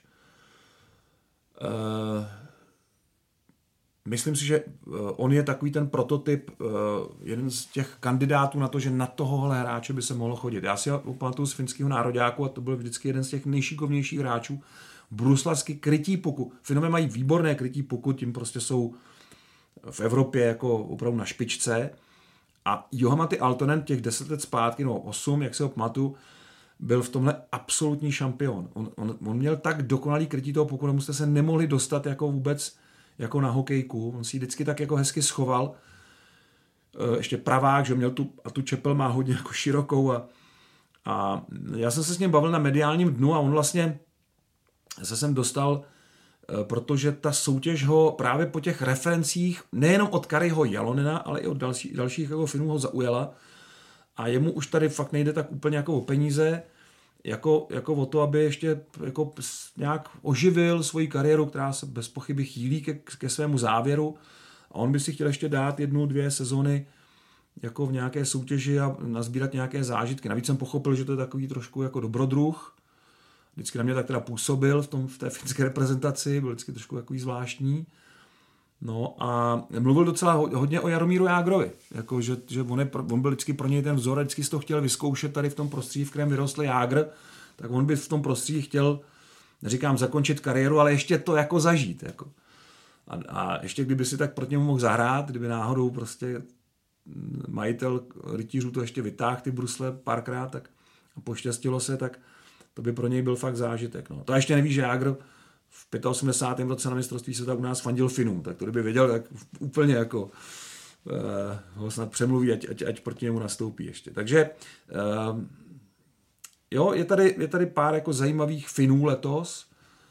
Speaker 4: Uh, myslím si, že on je takový ten prototyp, uh, jeden z těch kandidátů na to, že na tohohle hráče by se mohlo chodit. Já si ho pamatuju z finského nároďáku a to byl vždycky jeden z těch nejšikovnějších hráčů. Bruslavsky krytí puku. Finové mají výborné krytí puku, tím prostě jsou v Evropě jako opravdu na špičce. A Juha-Matti Aaltonen těch deset let zpátky, no osm, jak se ho pamatuju, byl v tomhle absolutní šampion. On, on, on měl tak dokonalý krytí toho puku, tomu jste se nemohli dostat jako vůbec jako na hokejku. On si vždycky tak jako hezky schoval. Ještě pravák, že měl tu, a tu čepel má hodně jako širokou. A, a já jsem se s ním bavil na mediálním dnu a on vlastně se sem dostal, protože ta soutěž ho právě po těch referencích, nejenom od Kariho Jalonena, ale i od další, dalších jako Finů ho zaujala. A jemu už tady fakt nejde tak úplně jako o peníze, jako, jako o to, aby ještě jako nějak oživil svoji kariéru, která se bez pochyby chýlí ke, ke svému závěru. A on by si chtěl ještě dát jednu, dvě sezony jako v nějaké soutěži a nazbírat nějaké zážitky. Navíc jsem pochopil, že to je takový trošku jako dobrodruh. Vždycky na mě tak teda působil v, tom, v té finské reprezentaci, byl vždycky trošku takový zvláštní. No a mluvil docela hodně o Jaromíru Jágrovi, jako že, že on, je, on byl vždycky pro něj ten vzor, vždycky si to chtěl vyzkoušet tady v tom prostředí, v kterém vyrostl Jágr, tak on by v tom prostředí chtěl, neříkám zakončit kariéru, ale ještě to jako zažít. Jako. A, a ještě kdyby si tak proti němu mohl zahrát, kdyby náhodou prostě majitel rytířů to ještě vytáhl ty brusle párkrát, tak a poštěstilo se, tak to by pro něj byl fakt zážitek. No. To a ještě neví, že Jágr v osmdesátém pátém roce na mistrovství světa u nás fandil Finům, tak to kdyby věděl, tak úplně jako uh, ho snad přemluví, ať, ať, ať proti němu nastoupí ještě. Takže uh, jo, je tady, je tady pár jako zajímavých Finů letos.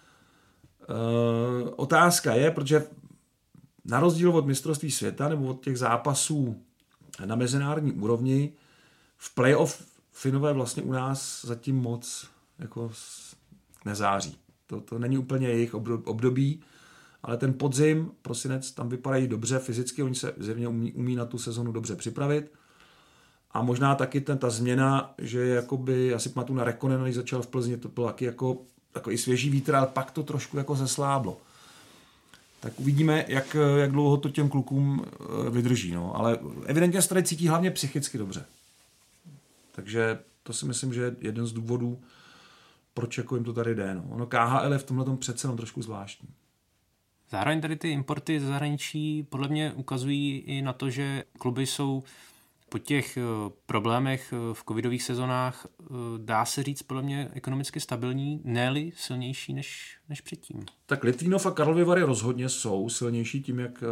Speaker 4: Uh, otázka je, protože na rozdíl od mistrovství světa nebo od těch zápasů na mezinárodní úrovni v playoff Finové vlastně u nás zatím moc jako nezáří. To, to není úplně jejich období, ale ten podzim, prosinec, tam vypadají dobře fyzicky, oni se zjevně umí, umí na tu sezonu dobře připravit. A možná taky ten, ta změna, že jakoby, já si pamatuju na Rekonena, když začal v Plzni, to bylo taky jako, jako i svěží vítr, ale pak to trošku jako zesláblo. Tak uvidíme, jak, jak dlouho to těm klukům vydrží. No. Ale evidentně se tady cítí hlavně psychicky dobře. Takže to si myslím, že je jeden z důvodů, proč jako jim to tady jde. No. Ono K H L je v tomhle tom přece jenom trošku zvláštní.
Speaker 3: Zároveň tady ty importy ze zahraničí podle mě ukazují i na to, že kluby jsou po těch problémech v covidových sezonách, dá se říct, podle mě ekonomicky stabilní, ne-li silnější než, než předtím.
Speaker 4: Tak Litvínov a Karlovy Vary rozhodně jsou silnější tím, jak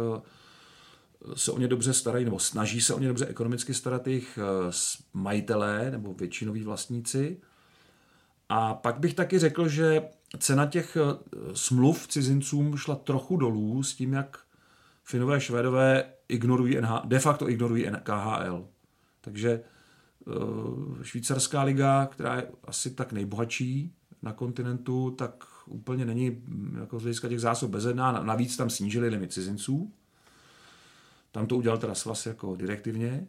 Speaker 4: se o ně dobře starají, nebo snaží se o ně dobře ekonomicky starat jejich majitelé nebo většinoví vlastníci. A pak bych taky řekl, že cena těch smluv cizincům šla trochu dolů s tím, jak Finové a Švédové ignorují N H, de facto ignorují K H L. Takže švýcarská liga, která je asi tak nejbohatší na kontinentu, tak úplně není jako z hlediska těch zásob bezedná. Navíc tam snížili limit cizinců. Tam to udělal teda svaz jako direktivně.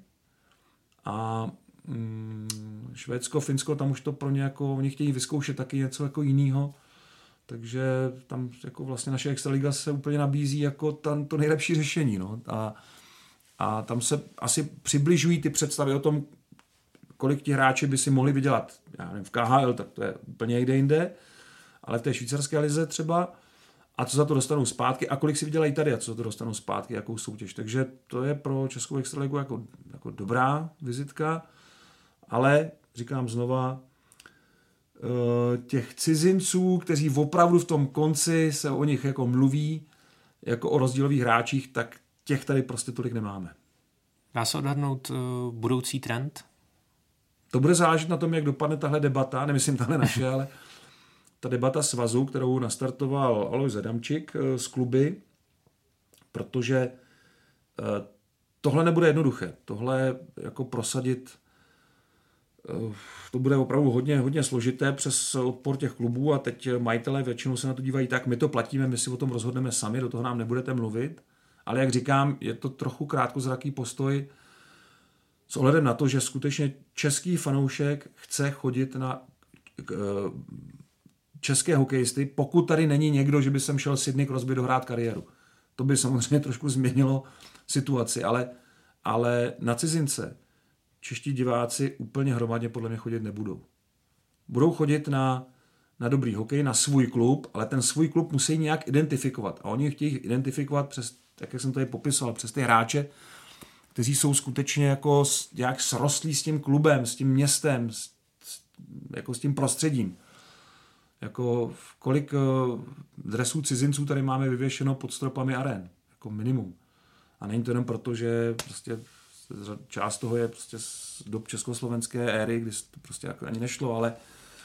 Speaker 4: A mm, Švédsko, Finsko, tam už to pro ně jako, oni chtějí vyzkoušet taky něco jako jinýho. Takže tam jako vlastně naše extraliga se úplně nabízí jako tam to nejlepší řešení. No. A, a tam se asi přibližují ty představy o tom, kolik ti hráči by si mohli vydělat. Já nevím, v K H L, tak to je úplně někde jinde, ale v té švýcarské lize třeba. a co za to dostanou zpátky a kolik si vydělají tady a co za to dostanou zpátky, jakou soutěž. Takže to je pro Českou extraligu jako, jako dobrá vizitka, ale říkám znova, těch cizinců, kteří opravdu v tom konci se o nich jako mluví, jako o rozdílových hráčích, tak těch tady prostě tolik nemáme.
Speaker 3: Dá se odhadnout uh, budoucí trend?
Speaker 4: To bude záležet na tom, jak dopadne tahle debata, nemyslím tahle naše, ale ta debata svazu, kterou nastartoval Alojz Adamčík z kluby, protože tohle nebude jednoduché. Tohle jako prosadit, to bude opravdu hodně, hodně složité přes odpor těch klubů a teď majitelé většinou se na to dívají tak, my to platíme, my si o tom rozhodneme sami, do toho nám nebudete mluvit, ale jak říkám, je to trochu krátkozraký postoj s ohledem na to, že skutečně český fanoušek chce chodit na české hokejisty, pokud tady není někdo, že by sem šel Sidney Crosby dohrát kariéru. To by samozřejmě trošku změnilo situaci, ale, ale na cizince čeští diváci úplně hromadně podle mě chodit nebudou. Budou chodit na, na dobrý hokej, na svůj klub, ale ten svůj klub musí nějak identifikovat. A oni chtějí identifikovat přes, tak jak jsem tady popisoval, přes ty hráče, kteří jsou skutečně jako nějak srostlí s tím klubem, s tím městem, s, jako s tím prostředím. Jako kolik dresů cizinců tady máme vyvěšeno pod stropami aren, jako minimum. A není to jenom proto, že prostě část toho je prostě z dob československé éry, kdy to prostě jako ani nešlo, ale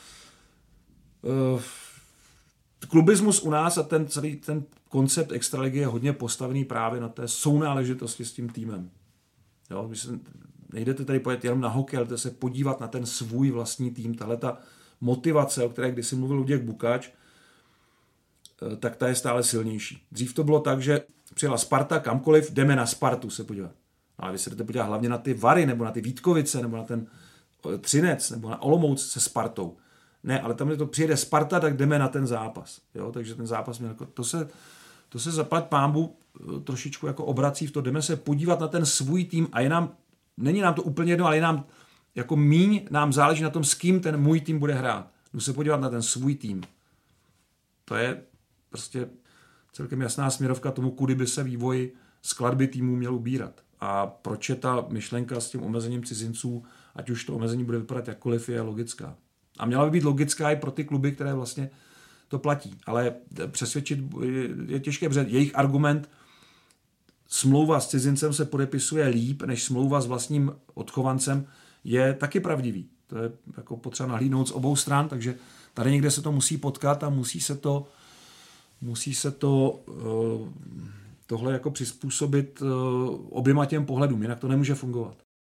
Speaker 4: uh, klubismus u nás a ten celý ten koncept extraligy je hodně postavený právě na té sounáležitosti s tím týmem. Jo, vy se, nejdete tady pojet jenom na hokej, ale jdete se podívat na ten svůj vlastní tým, tahle ta motivace, o které kdysi mluvil Luděk Bukač, tak ta je stále silnější. Dřív to bylo tak, že přijela Sparta, kamkoliv, jdeme na Spartu se podívat. Ale vy se jdete podívat hlavně na ty Vary, nebo na ty Vítkovice, nebo na ten Třinec, nebo na Olomouc se Spartou. Ne, ale tam, kde to přijede Sparta, tak jdeme na ten zápas. Jo? Takže ten zápas měl jako, to se, to se zaplať pánbu trošičku jako obrací v to, jdeme se podívat na ten svůj tým a je nám, není nám to úplně jedno, ale je nám jako míň nám záleží na tom, s kým ten můj tým bude hrát. Jdu se podívat na ten svůj tým. To je prostě celkem jasná směrovka tomu, kudy by se vývoj skladby týmů měl ubírat. A proč je ta myšlenka s tím omezením cizinců, ať už to omezení bude vypadat jakkoliv, je logická. A měla by být logická i pro ty kluby, které vlastně to platí. Ale přesvědčit je těžké, protože jejich argument smlouva s cizincem se podepisuje líp, než smlouva s vlastním odchovancem, je taky pravdivý. To je jako potřeba nahlídnout z obou stran, takže tady někde se to musí potkat a musí se to, musí se to tohle jako přizpůsobit oběma těm pohledům, jinak to nemůže fungovat.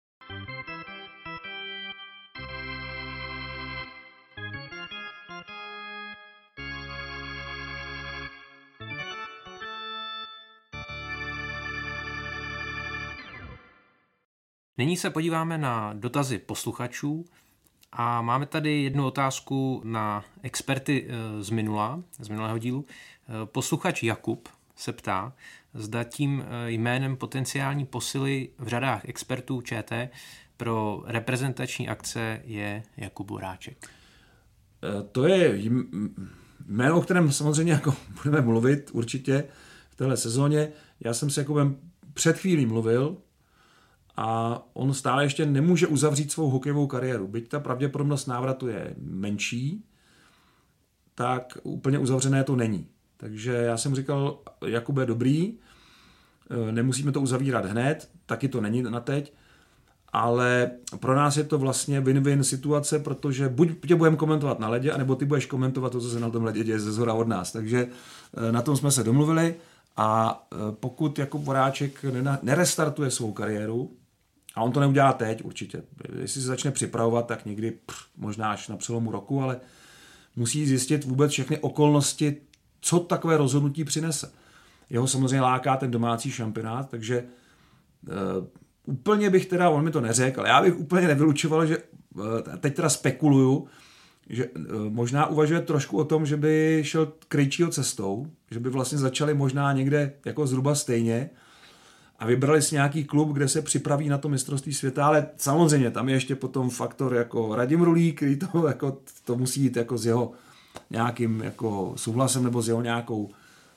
Speaker 3: Nyní se podíváme na dotazy posluchačů a máme tady jednu otázku na experty z minula, z minulého dílu. Posluchač Jakub se ptá, zda tím jménem potenciální posily v řadách expertů ČT pro reprezentační akce je Jakub Horáček.
Speaker 4: To je jméno, o kterém samozřejmě jako budeme mluvit určitě v téhle sezóně. Já jsem s Jakubem před chvílí mluvil, a on stále ještě nemůže uzavřít svou hokejovou kariéru. Byť ta pravděpodobnost návratu je menší, tak úplně uzavřené to není. Takže já jsem říkal, Jakube, dobrý, nemusíme to uzavírat hned, taky to není na teď, ale pro nás je to vlastně win-win situace, protože buď tě budeme komentovat na ledě, anebo ty budeš komentovat to, co se na tom ledě děje ze zhora od nás. Takže na tom jsme se domluvili a pokud Jakub Horáček nerestartuje svou kariéru, a on to neudělá teď určitě. Jestli se začne připravovat, tak někdy pff, možná až na přelomu roku, ale musí zjistit vůbec všechny okolnosti, co takové rozhodnutí přinese. Jeho samozřejmě láká ten domácí šampionát, takže uh, úplně bych teda, on mi to neřekl, ale já bych úplně nevylučoval, že uh, teď teda spekuluju, že uh, možná uvažuje trošku o tom, že by šel Krejčího cestou, že by vlastně začali možná někde jako zhruba stejně, a vybrali si nějaký klub, kde se připraví na to mistrovství světa, ale samozřejmě tam je ještě potom faktor jako Radim Rulík, který to, jako, to musí jít jako s jeho nějakým jako souhlasem nebo s jeho nějakou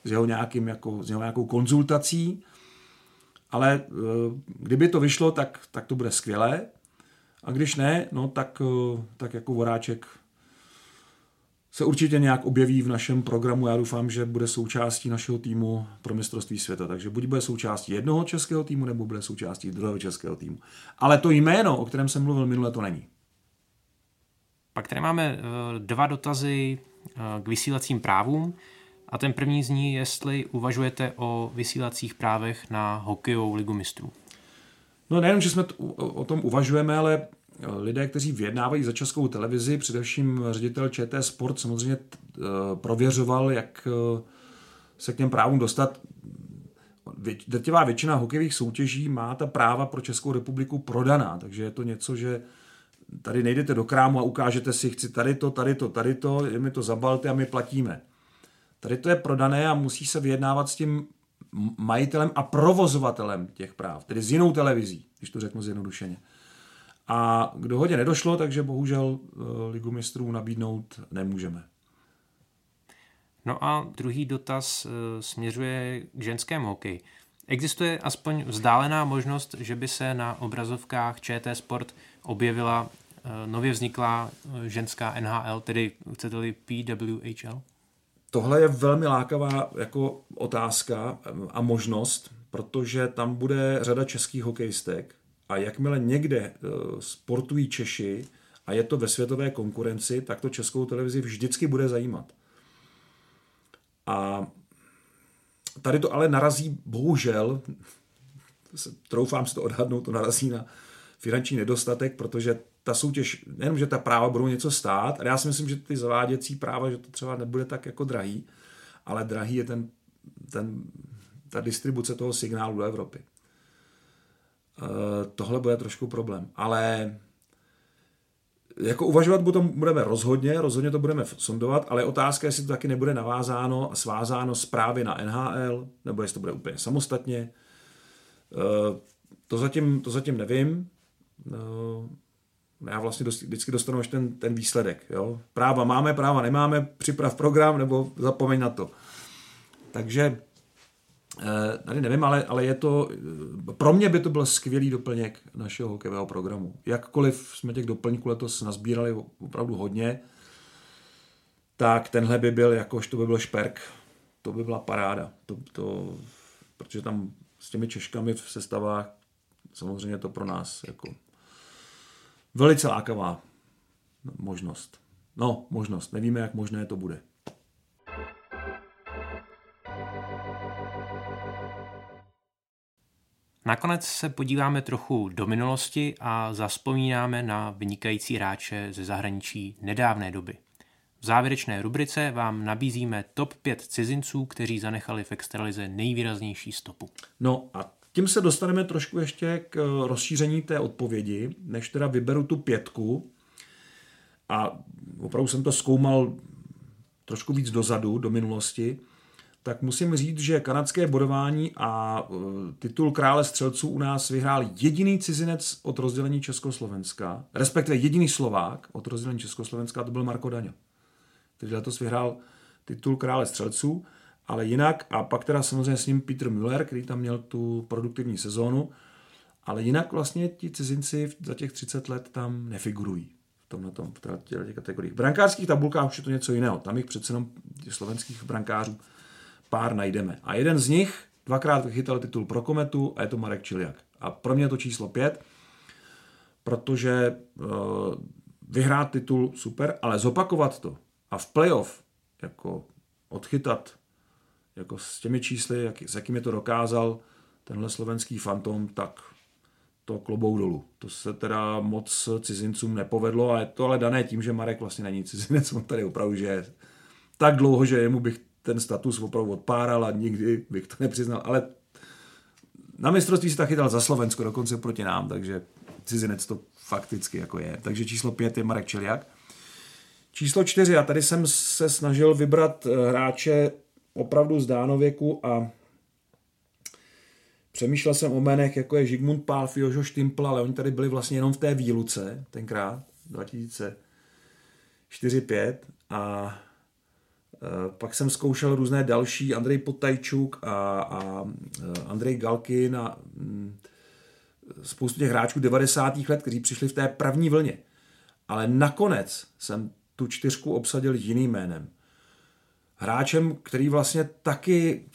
Speaker 4: s jeho, nějakým, jako, s jeho nějakou konzultací, ale kdyby to vyšlo, tak, tak to bude skvělé. A když ne, no tak, tak jako Voráček se určitě nějak objeví v našem programu. Já doufám, že bude součástí našeho týmu pro mistrovství světa. Takže buď bude součástí jednoho českého týmu, nebo bude součástí druhého českého týmu. Ale to jméno, o kterém jsem mluvil minule, to není.
Speaker 3: Pak tady máme dva dotazy k vysílacím právům. A ten první zní, jestli uvažujete o vysílacích právech na hokejovou ligu mistrů.
Speaker 4: No nejenom, že jsme t- o tom uvažujeme, ale lidé, kteří vyjednávají za Českou televizi, především ředitel ČT Sport, samozřejmě t- prověřoval, jak se k těm právům dostat. Drtivá většina hokejových soutěží má ta práva pro Českou republiku prodaná, takže je to něco, že tady nejdete do krámu a ukážete si, chci tady to, tady to, tady to, je mi to zabalte a my platíme. Tady to je prodané a musí se vyjednávat s tím majitelem a provozovatelem těch práv, tedy s jinou televizí, když to řeknu zjednodušeně. A k dohodě nedošlo, takže bohužel Ligu mistrů nabídnout nemůžeme.
Speaker 3: No a druhý dotaz směřuje k ženskému hokeji. Existuje aspoň vzdálená možnost, že by se na obrazovkách ČT Sport objevila nově vzniklá ženská N H L, tedy chcete-li P W H L?
Speaker 4: Tohle je velmi lákavá jako otázka a možnost, protože tam bude řada českých hokejistek a jakmile někde sportují Češi a je to ve světové konkurenci, tak to Českou televizi vždycky bude zajímat. A tady to ale narazí, bohužel, troufám si to odhadnout, to narazí na finanční nedostatek, protože ta soutěž, nejenom, že ta práva budou něco stát, ale já si myslím, že ty zaváděcí práva, že to třeba nebude tak jako drahý, ale drahý je ten, ten, ta distribuce toho signálu do Evropy. E, tohle bude trošku problém, ale jako uvažovat potom budeme rozhodně, rozhodně to budeme sondovat, ale otázka, jestli to taky nebude navázáno a svázáno s právy na N H L, nebo jestli to bude úplně samostatně. E, to, zatím, to zatím nevím. E, Já vlastně dost, vždycky dostanu až ten, ten výsledek. Jo? Práva máme, práva nemáme, připrav program nebo zapomeň na to. Takže tady nevím, ale, ale je to, pro mě by to byl skvělý doplněk našeho hokejového programu. Jakkoliv jsme těch doplňků letos nazbírali opravdu hodně, tak tenhle by byl, jakož to by byl šperk. To by byla paráda. To, to, protože tam s těmi Češkami v sestavách samozřejmě to pro nás jako velice lákavá možnost. No, možnost. Nevíme, jak možné to bude.
Speaker 3: Nakonec se podíváme trochu do minulosti a zavzpomínáme na vynikající hráče ze zahraničí nedávné doby. V závěrečné rubrice vám nabízíme top pět cizinců, kteří zanechali v extralize nejvýraznější stopu.
Speaker 4: No a tím se dostaneme trošku ještě k rozšíření té odpovědi, než teda vyberu tu pětku. A opravdu jsem to zkoumal trošku víc dozadu, do minulosti, tak musím říct, že kanadské bodování a titul krále střelců u nás vyhrál jediný cizinec od rozdělení Československa, respektive jediný Slovák od rozdělení Československa, to byl Marko Daňo, který letos vyhrál titul krále střelců, ale jinak, a pak teda samozřejmě s ním Peter Müller, který tam měl tu produktivní sezónu, ale jinak vlastně ti cizinci za těch třicet let tam nefigurují v tomhletom, v těch kategoriích. V brankářských tabulkách už je to něco jiného, tam jich přece jenom slovenských brankářů pár najdeme. A jeden z nich dvakrát vychytal titul pro Kometu a je to Marek Čiliak. A pro mě je to číslo pět, protože uh, vyhrát titul super, ale zopakovat to a v playoff jako odchytat jako s těmi čísly, jak, s jakými to dokázal tenhle slovenský fantom, tak to klobou dolů. To se teda moc cizincům nepovedlo a je to ale dané tím, že Marek vlastně není cizinec, on tady opravdu, že je tak dlouho, že jemu bych ten status opravdu odpáral a nikdy bych to nepřiznal, ale na mistrovství si tak chytal za Slovensko, dokonce proti nám, takže cizinec to fakticky jako je. Takže číslo pět je Marek Čiliak. Číslo čtyři, a tady jsem se snažil vybrat hráče opravdu z dánověku a přemýšlel jsem o jménech, jako je Žigmund Pálf, Jožo Štimpl, ale oni tady byli vlastně jenom v té výluce tenkrát, dva tisíce čtyři pět, a Pak jsem zkoušel různé další, Andrej Potajčuk a, a Andrej Galkin a spoustu těch hráčů devadesátých let, kteří přišli v té první vlně. Ale nakonec jsem tu čtyřku obsadil jiným jménem. Hráčem, který vlastně taky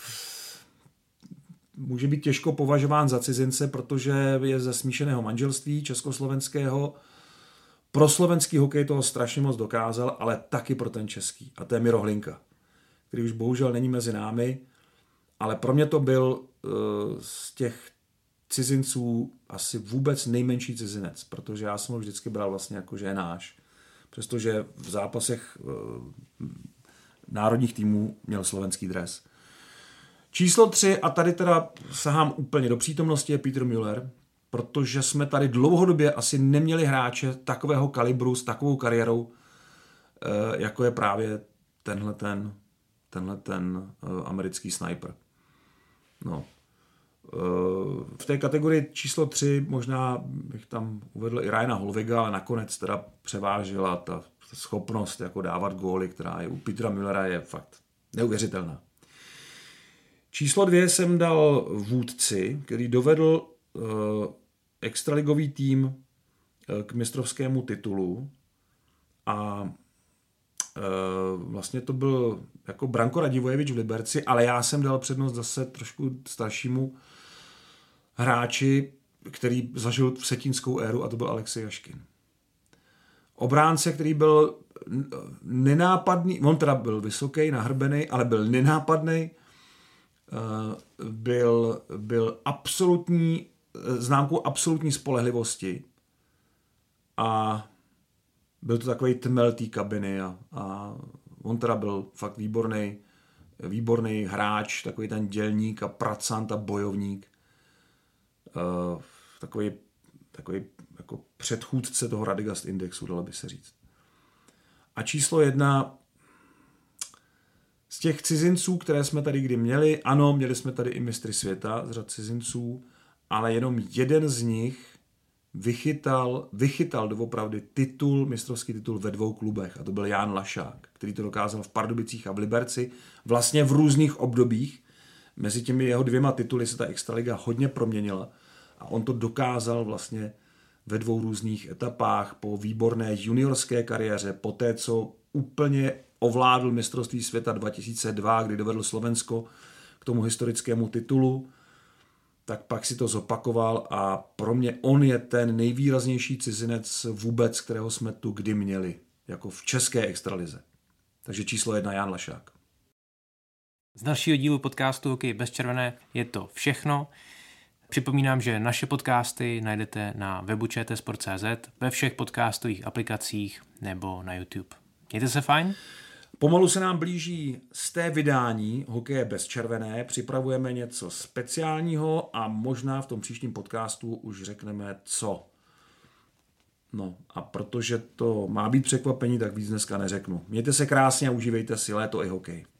Speaker 4: může být těžko považován za cizince, protože je ze smíšeného manželství československého. Pro slovenský hokej toho strašně moc dokázal, ale taky pro ten český. A to je Miro Hlinka, který už bohužel není mezi námi, ale pro mě to byl uh, z těch cizinců asi vůbec nejmenší cizinec, protože já jsem ho vždycky bral vlastně jako, že je náš. Přestože v zápasech uh, národních týmů měl slovenský dres. Číslo tři, a tady teda sahám úplně do přítomnosti, je Peter Müller, protože jsme tady dlouhodobě asi neměli hráče takového kalibru s takovou kariérou, jako je právě tenhle ten, tenhle ten americký sniper. No. V té kategorii číslo tři možná bych tam uvedl i Ryana Holviga, ale nakonec teda převážila ta schopnost jako dávat góly, která je u Petera Müllera je fakt neuvěřitelná. Číslo dvě jsem dal vůdci, který dovedl uh, extraligový tým uh, k mistrovskému titulu a uh, vlastně to byl jako Branko Radivojevič v Liberci, ale já jsem dal přednost zase trošku staršímu hráči, který zažil vsetínskou éru, a to byl Alexej Jaškin. Obránce, který byl nenápadný, on teda byl vysoký, nahrbený, ale byl nenápadný, byl, byl absolutní, známkou absolutní spolehlivosti a byl to takový tmel té kabiny a, a on teda byl fakt výborný, výborný hráč, takový ten dělník a pracant a bojovník, uh, takový, takový jako předchůdce toho Radegast indexu, dalo by se říct. A číslo jedna, z těch cizinců, které jsme tady kdy měli, ano, měli jsme tady i mistry světa z řad cizinců, ale jenom jeden z nich vychytal, vychytal doopravdy titul, mistrovský titul ve dvou klubech, a to byl Jan Lašák, který to dokázal v Pardubicích a v Liberci, vlastně v různých obdobích. Mezi těmi jeho dvěma tituly se ta extraliga hodně proměnila a on to dokázal vlastně ve dvou různých etapách po výborné juniorské kariéře, po té, co úplně ovládl mistrovství světa dva tisíce dva, kdy dovedl Slovensko k tomu historickému titulu, tak pak si to zopakoval a pro mě on je ten nejvýraznější cizinec vůbec, kterého jsme tu kdy měli, jako v české extralize. Takže číslo jedna Jan Lašák.
Speaker 3: Z dalšího dílu podcastu Hokej bez červené je to všechno. Připomínám, že naše podcasty najdete na webu č t sport tečka c z, ve všech podcastových aplikacích nebo na YouTube. Mějte se fajn.
Speaker 4: Pomalu se nám blíží z té vydání Hokeje bez červené, připravujeme něco speciálního a možná v tom příštím podcastu už řekneme co. No a protože to má být překvapení, tak víc dneska neřeknu. Mějte se krásně a užívejte si léto i hokej.